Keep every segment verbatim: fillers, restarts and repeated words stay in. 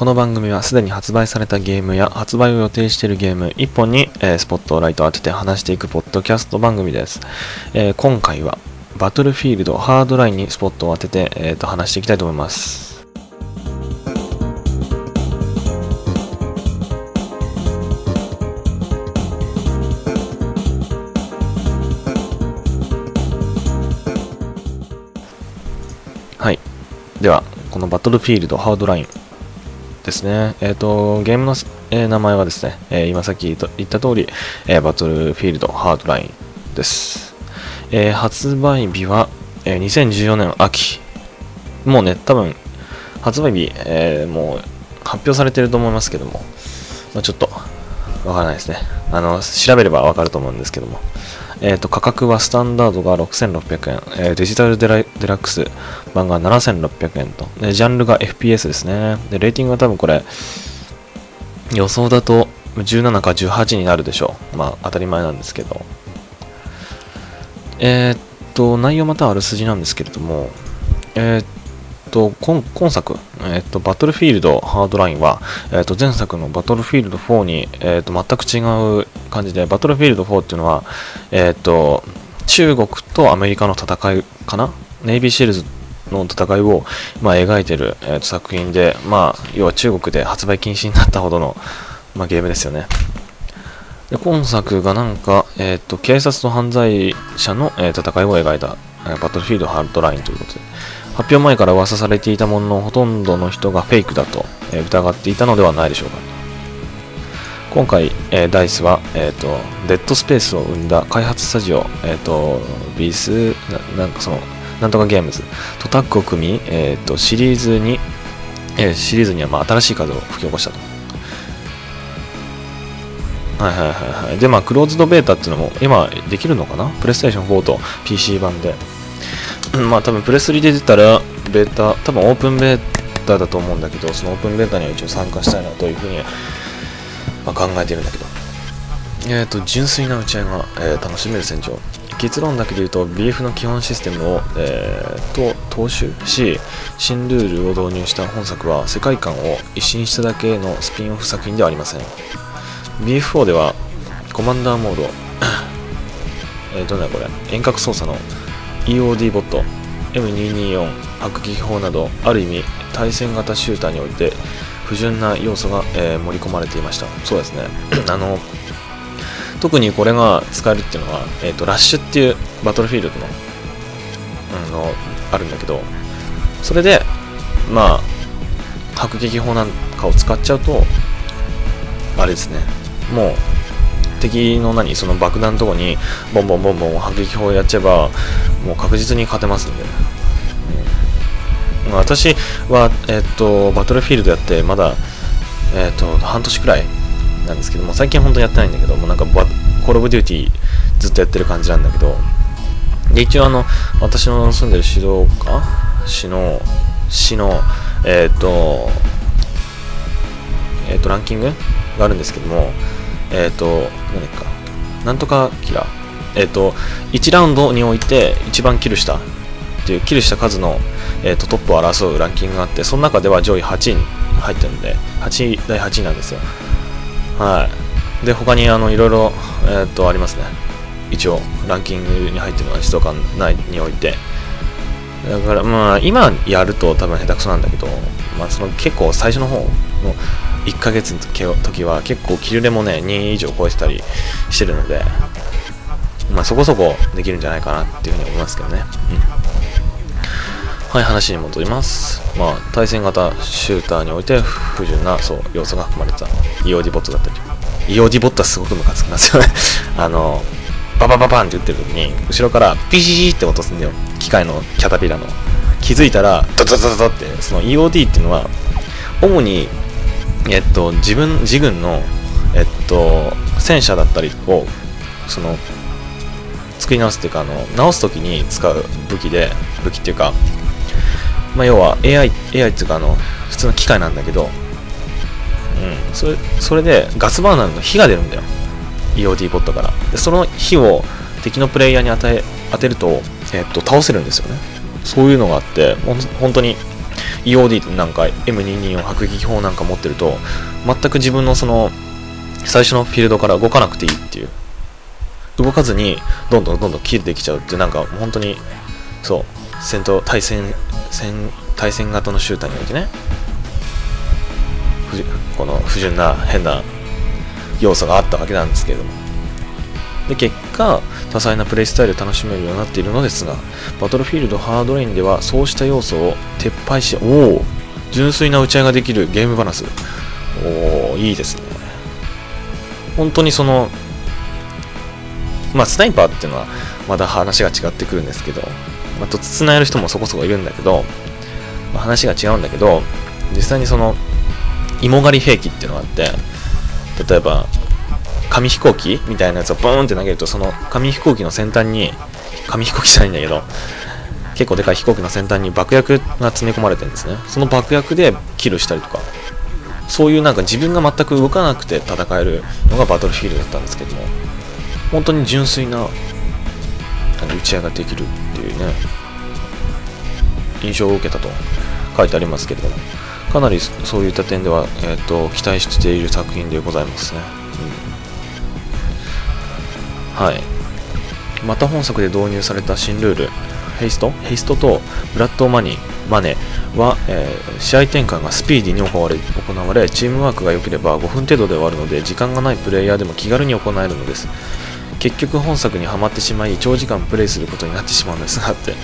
この番組はすでに発売されたゲームや発売を予定しているゲームいっぽんに、えー、スポットライトを当てて話していくポッドキャスト番組です。えー、今回はバトルフィールドハードラインにスポットを当てて、えー、と話していきたいと思います。はい。では、このバトルフィールドハードラインですね。えっ、ー、と、ゲームの、えー、名前はですね、えー、今さっき言った通り、えー、バトルフィールドハードラインです。えー、発売日は、えー、にせんじゅうよねん秋。もうね、多分、発売日、えー、もう発表されてると思いますけども、まあ、ちょっと、わからないですね。あの、調べればわかると思うんですけども。えっ、ー、と、価格はスタンダードがろくせんろっぴゃくえん、えー、デジタルデラ、デラックス版がななせんろっぴゃくえんと、で、ジャンルが エフピーエス ですね。で、レーティングは多分これ、予想だとじゅうななかじゅうはちになるでしょう。まあ、当たり前なんですけど。えっ、ー、と、内容またある筋なんですけれども、えっ、ー、と、今, 今作、えっ、ー、と、バトルフィールドハードラインは、えっ、ー、と、前作のバトルフィールドフォーに、えっ、ー、と、全く違う感じで、バトルフィールドフォーっていうのは、えっ、と、中国とアメリカの戦いかな、ネイビーシールズの戦いを、まあ、描いている、えー、と作品で、まあ、要は中国で発売禁止になったほどの、まあ、ゲームですよね。で、今作がなんか、えっ、と、警察と犯罪者の、えー、戦いを描いた、えー、バトルフィールドハードラインということで、発表前から噂されていたもののほとんどの人がフェイクだと、えー、疑っていたのではないでしょうか。今回、えー、ダイスは、えーと、デッドスペースを生んだ開発スタジオ、えーと、ビースな、なんかその、なんとかゲームズとタッグを組み、えーと、シリーズに、えー、シリーズにはまあ新しい数を吹き起こしたと。はいはいはいはい。で、まあ、クローズドベータっていうのも今できるのかな？プレイステーションフォーと ピーシー 版で。まあ多分プレスリで出たらベータ、多分オープンベータだと思うんだけど、そのオープンベータには一応参加したいなというふうに、まあ、考えているんだけど、えっ、ー、と純粋な打ち合いが、えー、楽しめる戦場。結論だけで言うと ビーエフ の基本システムを、えー、と踏襲し、新ルールを導入した本作は世界観を一新しただけのスピンオフ作品ではありません。 ビーエフフォー ではコマンダーモードえー、どうだこれ遠隔操作のイーオーディー ボット エムにひゃくにじゅうよん 迫撃砲など、ある意味対戦型シューターにおいて不純な要素が、えー、盛り込まれていました。そうですねあの特にこれが使えるっていうのは、えーと、ラッシュっていうバトルフィールドの、うん、のあるんだけど、それでまあ迫撃砲なんかを使っちゃうとあれですね、もう敵の何その爆弾のとこにボンボンボンボン迫撃砲やっちゃえばもう確実に勝てますんで、うんまあ、私は、えー、とバトルフィールドやってまだ、えー、と半年くらいなんですけども、最近本当にやってないんだけども、なんかコールオブデューティーずっとやってる感じなんだけど、で一応あの私の住んでる市道か市の市のえっ、ー、とえっ、ー、とランキングがあるんですけども、えっ、ー、と何かなんとかキラーえっ、ー、といちラウンドにおいて一番キルしたっていうキルした数の、えー、とトップを争うランキングがあって、その中では上位はちいに入ってるんではちいだいはちいなんですよ。はい。で他にあのいろいろえっ、ー、とありますね。一応ランキングに入ってるのはひとか内において、だからまあ今やると多分下手くそなんだけど、まあその結構最初の方のいっかげつの時は結構キルレもねにい以上超えてたりしてるので、まあそこそこできるんじゃないかなっていうふうに思いますけどね。うん、はい、話に戻ります。まあ対戦型シューターにおいて不純なそう要素が含まれてた イーオーディー ボットだったり、 イーオーディー ボットはすごくムカつきますよねあのババババンって言ってる時に後ろからピシーって音するんだよ、機械のキャタピラの。気づいたらドドドドドって、その イーオーディー っていうのは主にえっと自分自軍のえっと戦車だったりをその作り直すっていうか、あの直す時に使う武器で、武器っていうかまあ要は エーアイ エーアイ っていうかあの普通の機械なんだけど、うんそれそれでガスバーナーの火が出るんだよ、イーオーディー ボットから。でその火を敵のプレイヤーに当て当てると、えっと倒せるんですよね。そういうのがあって、ほん本当にイーオーディー なんか エムにひゃくにじゅうよん 迫撃砲なんか持ってると全く自分のその最初のフィールドから動かなくていいっていう、動かずにどんどんどんどんキルできちゃうっていう、なんか本当にそう戦闘対戦戦対戦型のシューターにおいてね、この不純な変な要素があったわけなんですけれども、で結果多彩なプレイスタイルを楽しめるようになっているのですが、バトルフィールドハードレインではそうした要素を撤廃し、おお純粋な打ち合いができるゲームバランス、おおいいですね。本当にそのまあスナイパーっていうのはまだ話が違ってくるんですけど、まあ、とつつなやる人もそこそこいるんだけど、まあ、話が違うんだけど、実際にその芋狩り兵器っていうのがあって、例えば紙飛行機みたいなやつをボーンって投げると、その紙飛行機の先端に、紙飛行機じゃないんだけど結構でかい飛行機の先端に爆薬が詰め込まれてるんですね。その爆薬でキルしたりとか、そういうなんか自分が全く動かなくて戦えるのがバトルフィールドだったんですけども、本当に純粋な打ち合いができるっていうね印象を受けたと書いてありますけれども、かなりそういった点では、えー、と期待している作品でございますね、うん、はい。また本作で導入された新ルールヘイストヘイストとブラッドマニーマネーは、えー、試合展開がスピーディーに行われ行われチームワークが良ければごふん程度で終わるので、時間がないプレイヤーでも気軽に行えるのです。結局本作にはまってしまい長時間プレイすることになってしまうんですがって、う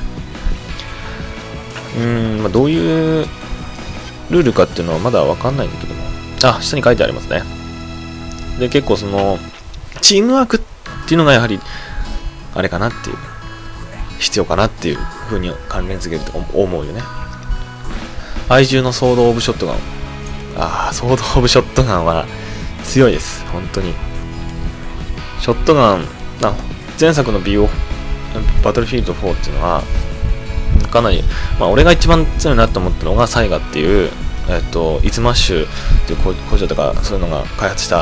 ーん、まあ、どういうルールかっていうのはまだ分かんないんだけども、あ、下に書いてありますね。で結構そのチームワークっていうのがやはりあれかなっていう、必要かなっていう風に関連付けると思うよね。愛獣のソードオブショットガン、ああソードオブショットガンは強いです、本当に。ショットガン、あ、前作の ビーオー バトルフィールドフォーっていうのはかなり、まあ、俺が一番強いなと思ったのがサイガっていう、えっと、イズマッシュっていう工場とかそういうのが開発した、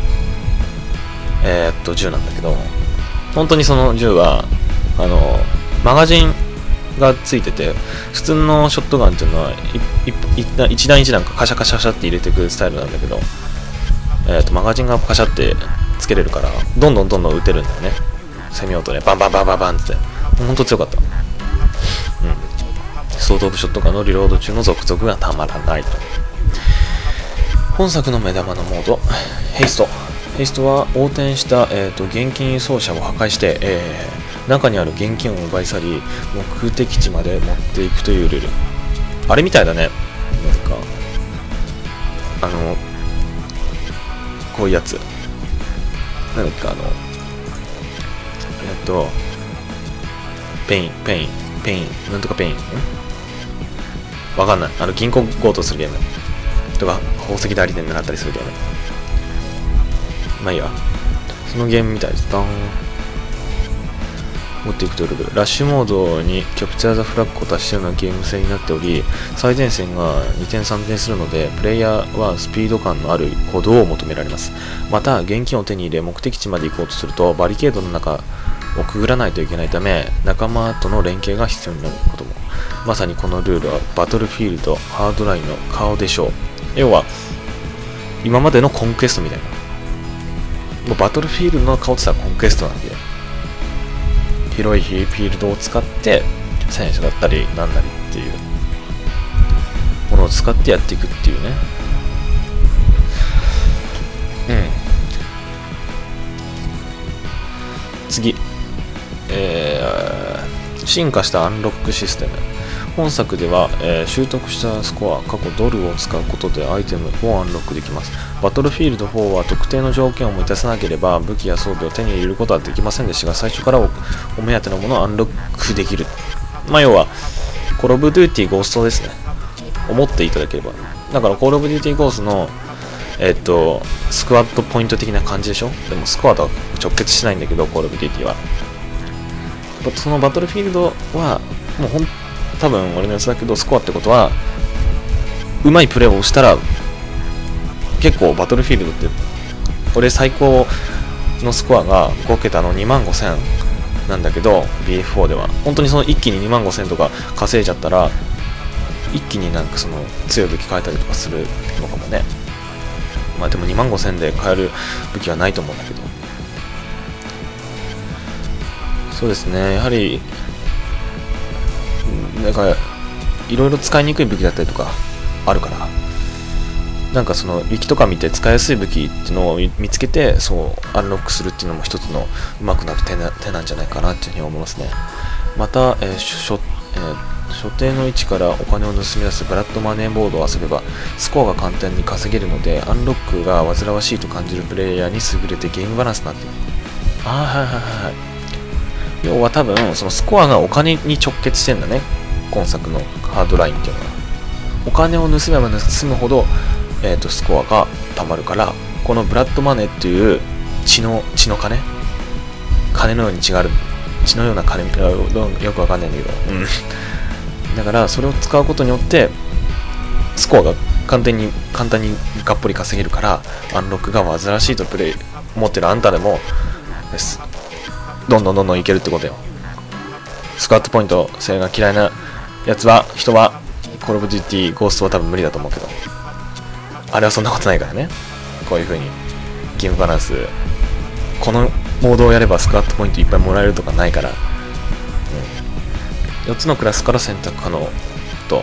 えー、っと銃なんだけど、本当にその銃はあのマガジンがついてて、普通のショットガンっていうのは一段一段カシャカシャカシャって入れていくスタイルなんだけど、えー、っとマガジンがカシャってつけれるからどんどんどんどん撃てるんだよね。セミオートでバンバンバンバンバンってほんと強かった。うん。ソードオブショットガンのリロード中の続々がたまらないと。本作の目玉のモードヘイストヘイストは横転した、えー、と現金輸送車を破壊して、えー、中にある現金を奪い去り目的地まで持っていくというルール。あれみたいだね。なんかあのこういうやつなんだっけ、あのえっとペインペインペインなんとかペインんわかんない。あの銀行強盗するゲームとか宝石代理店になったりするゲーム、まあいいや、そのゲームみたいです。ダーン持っていくというルール。ラッシュモードにキャプチャーザフラッグを足したようなゲーム性になっており、最前線がにてんさんてんするのでプレイヤーはスピード感のある行動を求められます。また現金を手に入れ目的地まで行こうとするとバリケードの中をくぐらないといけないため仲間との連携が必要になることも。まさにこのルールはバトルフィールドハードラインの顔でしょう。要は今までのコンクエストみたいな、もうバトルフィールドの顔って言ったらコンクエストなんで、広いフィールドを使って戦車だったりなんなりっていうものを使ってやっていくっていうね。うん。次、えー、進化したアンロックシステム。本作では、えー、習得したスコア、過去ドルを使うことでアイテムをアンロックできます。バトルフィールドフォーは特定の条件を満たさなければ武器や装備を手に入れることはできませんでしたが、最初から お, お目当てのものをアンロックできる。まあ要は、コールオブデューティーゴーストですね。思っていただければ。だからコールオブデューティーゴーストの、えっと、スクワットポイント的な感じでしょ。でもスコアとは直結しないんだけど、コールオブデューティーは。そのバトルフィールドは、もうほん多分俺のやつだけど、スコアってことはうまいプレーをしたら結構バトルフィールドって俺最高のスコアがごけたのにまんごせんなんだけど ビーエフフォー では本当にその一気ににまんごせんとか稼いじゃったら一気になんかその強い武器変えたりとかするのかもね。まあでもにまんごせんで買える武器はないと思うんだけど、そうですね、やはりなんかいろいろ使いにくい武器だったりとかあるから、なんかそのウィキとか見て使いやすい武器っていうのを見つけて、そうアンロックするっていうのも一つの上手くなる手な、手なんじゃないかなっていうふうに思いますね。また、えー所えー所定の位置からお金を盗み出すブラッドマネーボードを遊べばスコアが簡単に稼げるので、アンロックが煩わしいと感じるプレイヤーに優れてゲームバランスになっている。ああ、はいはいはいはい。要は多分そのスコアがお金に直結してんだね、今作のハードラインっていうのは。お金を盗めば盗むほど、えー、とスコアがたまるから、このブラッドマネーっていう血の血の金金のように血がある、血のような金、よくわかんないんだけど、うんだからそれを使うことによってスコアが簡単に簡単にがっぽり稼げるから、アンロックが煩わしいとプレイ思ってるあんたでもですどんどんどんどんいけるってことよ。スクワットポイント性が嫌いなやつは人はコールオブデューティーゴーストは多分無理だと思うけど、あれはそんなことないからね。こういう風にゲームバランス、このモードをやればスクワットポイントいっぱいもらえるとかないから、よっつのクラスから選択可能と、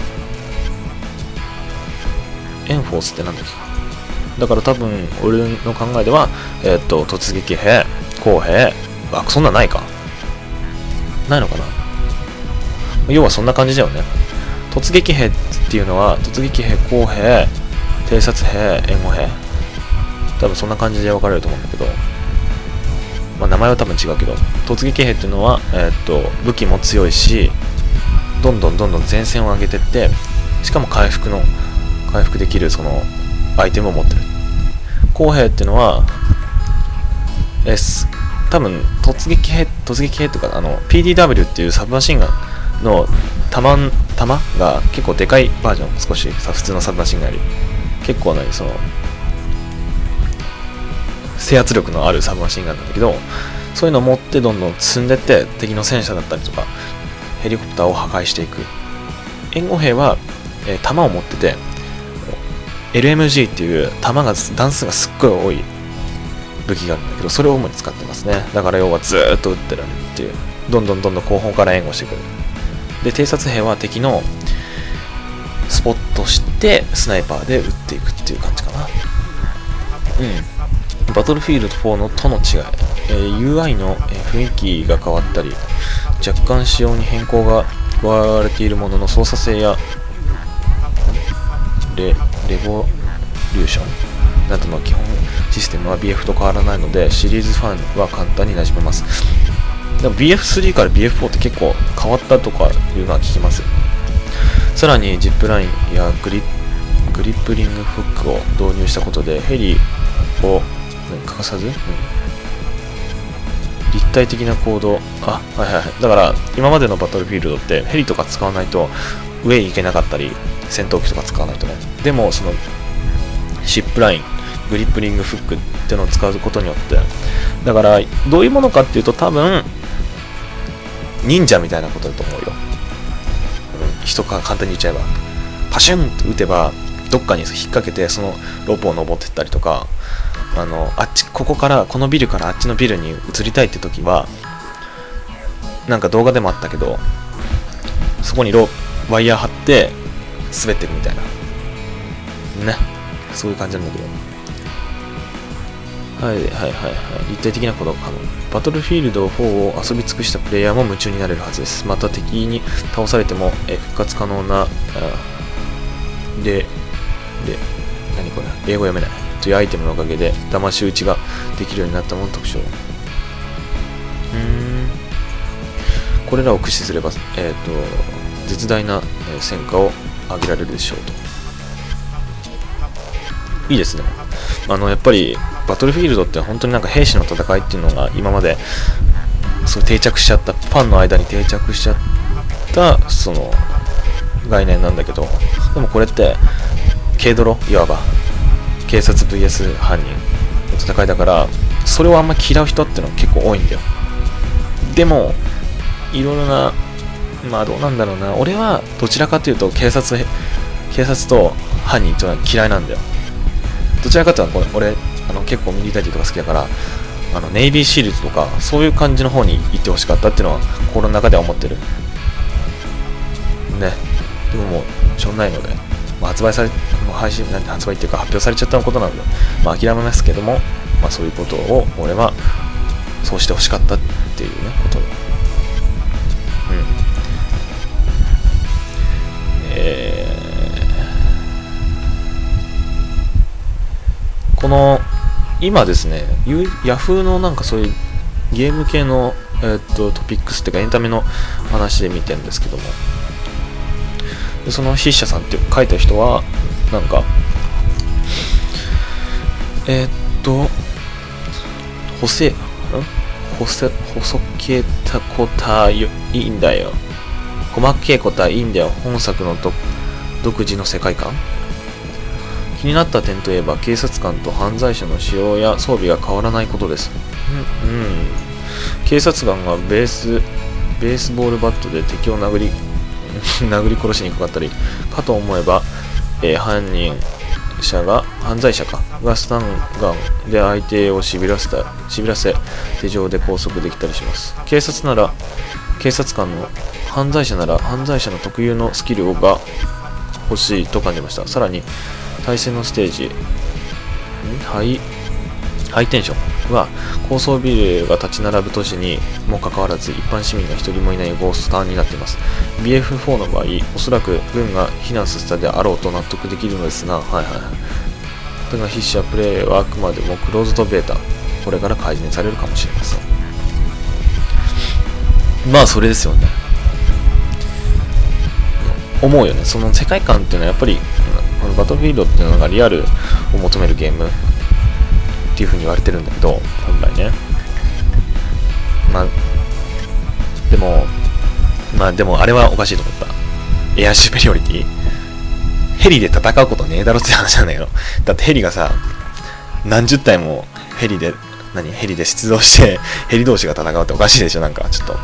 エンフォースってなんだっけか。だから多分俺の考えでは、えっと突撃兵、工兵、あ、そんなんないか、ないのかな。要はそんな感じだよね。突撃兵っていうのは突撃兵、工兵、偵察兵、援護兵、多分そんな感じで分かれると思うんだけど、まあ、名前は多分違うけど、突撃兵っていうのは、えー、っと武器も強いし、どんどんどんどん前線を上げてって、しかも回復の回復できるそのアイテムを持ってる。工兵っていうのは、え多分突撃兵突撃兵とかあの ピーディーダブリュー っていうサブマシンガンの弾弾が結構でかいバージョン、少しさ普通のサブマシンガンより結構なその制圧力のあるサブマシンガンなんだけど、そういうのを持ってどんどん積んでって敵の戦車だったりとかヘリコプターを破壊していく。援護兵は、えー、弾を持ってて エルエムジー っていう弾が弾数がすっごい多い武器があるんだけど、それを主に使ってますね。だから要はずーっと撃ってられるっていう、どんどんどんどん後方から援護してくる。で偵察兵は敵のスポットしてスナイパーで撃っていくっていう感じかな。うんバトルフィールドフォーのとの違い、えー、ユーアイ の、えー、雰囲気が変わったり、若干仕様に変更が加われているものの、操作性やレ, レボリューションなどの基本システムは ビーエフ と変わらないので、シリーズファンは簡単に馴染めます。でも ビーエフスリー から ビーエフフォー って結構変わったとかいうのは聞きます。さらにジップラインやグリグリップリングフックを導入したことで、ヘリを欠かさず、うん、立体的な行動、あ、はいはいはい。だから今までのバトルフィールドってヘリとか使わないと上行けなかったり、戦闘機とか使わないとね。でもそのシップライン、グリップリングフックっていうのを使うことによって、だからどういうものかっていうと、多分忍者みたいなことだと思うよ。うん、人が簡単に言っちゃえばパシュンって撃てばどっかに引っ掛けてそのロープを登っていったりとか、あのあっちここからこのビルからあっちのビルに移りたいって時は、なんか動画でもあったけど、そこにローワイヤー張って滑ってるみたいなね、そういう感じなんだけど、はいはいはいはい、立体的なことが可能。バトルフィールドフォーを遊び尽くしたプレイヤーも夢中になれるはずです。また敵に倒されてもえ復活可能なでで何これ英語読めないというアイテムのおかげで騙し討ちができるようになったものの特徴。うーんこれらを駆使すれば、えー、と絶大な戦果を上げられるでしょうと。いいですね。あのやっぱりバトルフィールドって本当になんか兵士の戦いっていうのが今までそう定着しちゃった、ファンの間に定着しちゃったその概念なんだけど、でもこれって軽泥、いわば警察 ブイエス 犯人の戦いだから、それをあんま嫌う人っていうのは結構多いんだよ。でもいろいろなまあどうなんだろうな。俺はどちらかというと警察警察と犯人というのは嫌いなんだよ。どちらかというと俺あの結構ミリタリーとか好きだから、あのネイビーシールズとかそういう感じの方に行ってほしかったっていうのは心の中では思ってるね。でももうしょうがないので、まあ、発売されもう配信なんて発売っていうか発表されちゃったことなので、まあ、諦めますけども、まあ、そういうことを俺はそうしてほしかったっていうねことで、うんえー、この今ですね、ヤフーのなんかそういうゲーム系の、えー、っとトピックスっていうかエンタメの話で見てるんですけども、でその筆者さんって書いた人はなんかえー、っと補正ん補正細けたことはいいんだよ、細けいことはいいんだよ、本作の独自の世界観。気になった点といえば警察官と犯罪者の仕様や装備が変わらないことです。うん、うん、警察官がベースベースボールバットで敵を殴り殴り殺しにかかったりかと思えば、えー、犯人者が犯罪者かがスタンガンで相手をしびらせたしびらせ手錠で拘束できたりします。警察なら警察官の犯罪者なら犯罪者の特有のスキルが欲しいと感じました。さらに対戦のステージハイハイテンションは高層ビルが立ち並ぶ都市にもかかわらず一般市民が一人もいないゴーストタウンになっています。 ビーエフフォー の場合おそらく軍が避難させたであろうと納得できるのですが、はいはいはいだが筆者プレイはあくまでもクローズドベータ、これから改善されるかもしれません。まあそれですよね、思うよね。その世界観っていうのはやっぱりこのバトルフィールドっていうのがリアルを求めるゲームっていう風に言われてるんだけど、本来ね。まあでもまあでもあれはおかしいと思った。エアシュペリオリティヘリで戦うことねえだろって話なんだけど、だってヘリがさ何十体もヘリで何ヘリで出動してヘリ同士が戦うっておかしいでしょ。なんかちょっと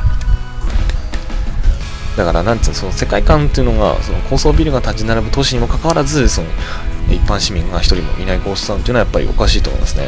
だからなんつうの、その世界観っていうのがその高層ビルが立ち並ぶ都市にもかかわらずその一般市民が一人もいないゴーストタウンっていうのはやっぱりおかしいと思いますね。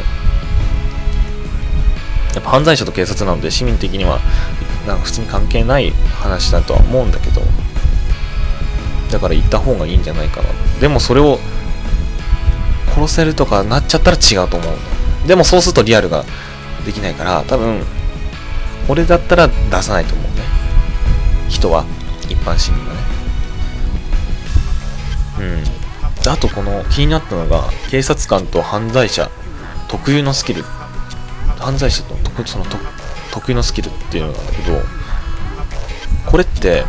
やっぱ犯罪者と警察なので市民的にはなんか普通に関係ない話だとは思うんだけど、だから行った方がいいんじゃないかな。でもそれを殺せるとかなっちゃったら違うと思う。でもそうするとリアルができないから多分俺だったら出さないと思うね、人は一般市民がね。うん。あとこの気になったのが警察官と犯罪者特有のスキル、犯罪者とその特有のスキルっていうのなんだけど、これって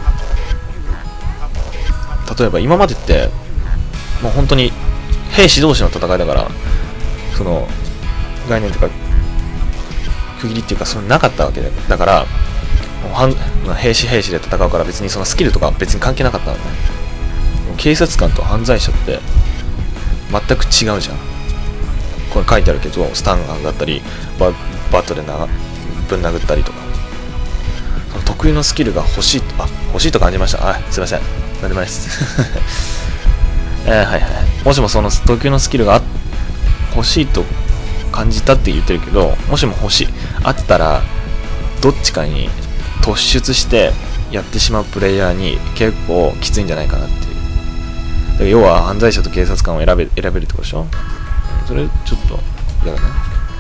例えば今までってもう本当に兵士同士の戦いだから、その概念とか区切りっていうかそのなかったわけだから、兵士兵士で戦うから別にそのスキルとか別に関係なかったのね。警察官と犯罪者って全く違うじゃん。これ書いてあるけどスタンガンだったり バ, バットでなぶん殴ったりとか、その特有のスキルが欲しいあ欲しいと感じました。あすいません、なんでもないですえー、はいはいもしもその特有のスキルが欲しいと感じたって言ってるけど、もしも欲しいあったらどっちかに突出してやってしまうプレイヤーに結構きついんじゃないかなっていう。だから要は犯罪者と警察官を選べ、選べるってことでしょ。それちょっと嫌だな。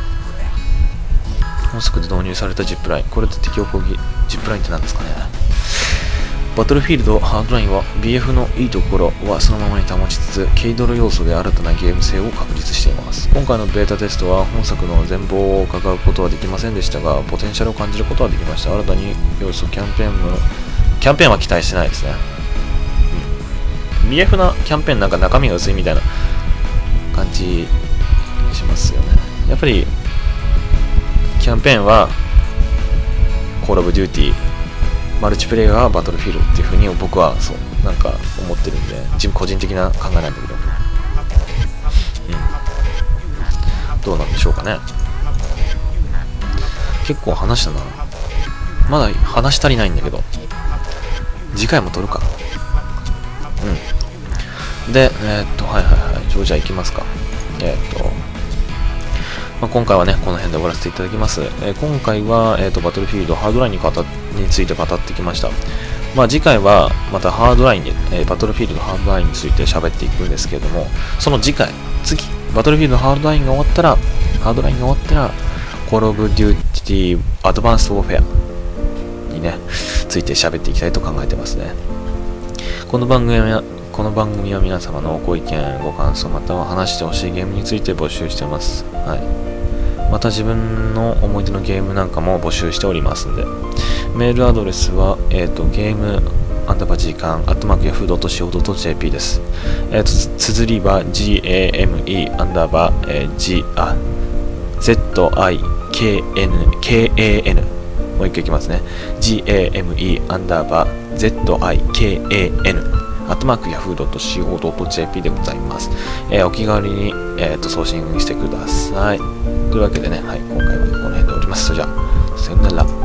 本作で導入されたジップライン、これで敵を攻撃。ジップラインって何ですかね。バトルフィールドハードラインは ビーエフ のいいところはそのままに保ちつつ軽泥要素で新たなゲーム性を確立しています。今回のベータテストは本作の全貌を伺うことはできませんでしたが、ポテンシャルを感じることはできました。新たに要素キャンペーンのキャンペーンは期待してないですね、うん、ビーエフ のキャンペーンなんか中身が薄いみたいな感じしますよね。やっぱりキャンペーンはコールオブデューティー、マルチプレイヤーがバトルフィールドっていう風に僕はそうなんか思ってるんで、自分個人的な考えなんだけど、うん、どうなんでしょうかね。結構話したな。まだ話し足りないんだけど、 次回も撮るか。うん。で、えー、っと、はいはいはい。じゃあ行きますか。えー、っと、まあ、今回はね、この辺で終わらせていただきます。えー、今回は、えー、っと、バトルフィールドハードラインにかたについて語ってきました。まあ、次回はまたハードラインに、えー、バトルフィールドハードラインについて喋っていくんですけれども、その次回、次、バトルフィールドハードラインが終わったら、ハードラインが終わったら、Call of Duty Advanced Warfare にね、ついて喋っていきたいと考えてますね。この番組は、この番組は皆様のご意見、ご感想、または話してほしいゲームについて募集してます。はい。また自分の思い出のゲームなんかも募集しておりますんで、メールアドレスは、えっと、ゲームアンダーバー時間、アットマークヤフードットシーオードットジェーピー です。えっと、綴りは ゲームアンダーバー、えー、G、あ、ゼットアイケーエヌ、ケーエーエヌ。もう一回いきますね。ゲームアンダーバー、ゼットアイケーエーエヌ。アットマークヤフードットシーオードットジェーピー でございます。えー、お気軽に、えー、と送信してください。というわけでね、はい、今回はこの辺でおります。それじゃあ、さよなら。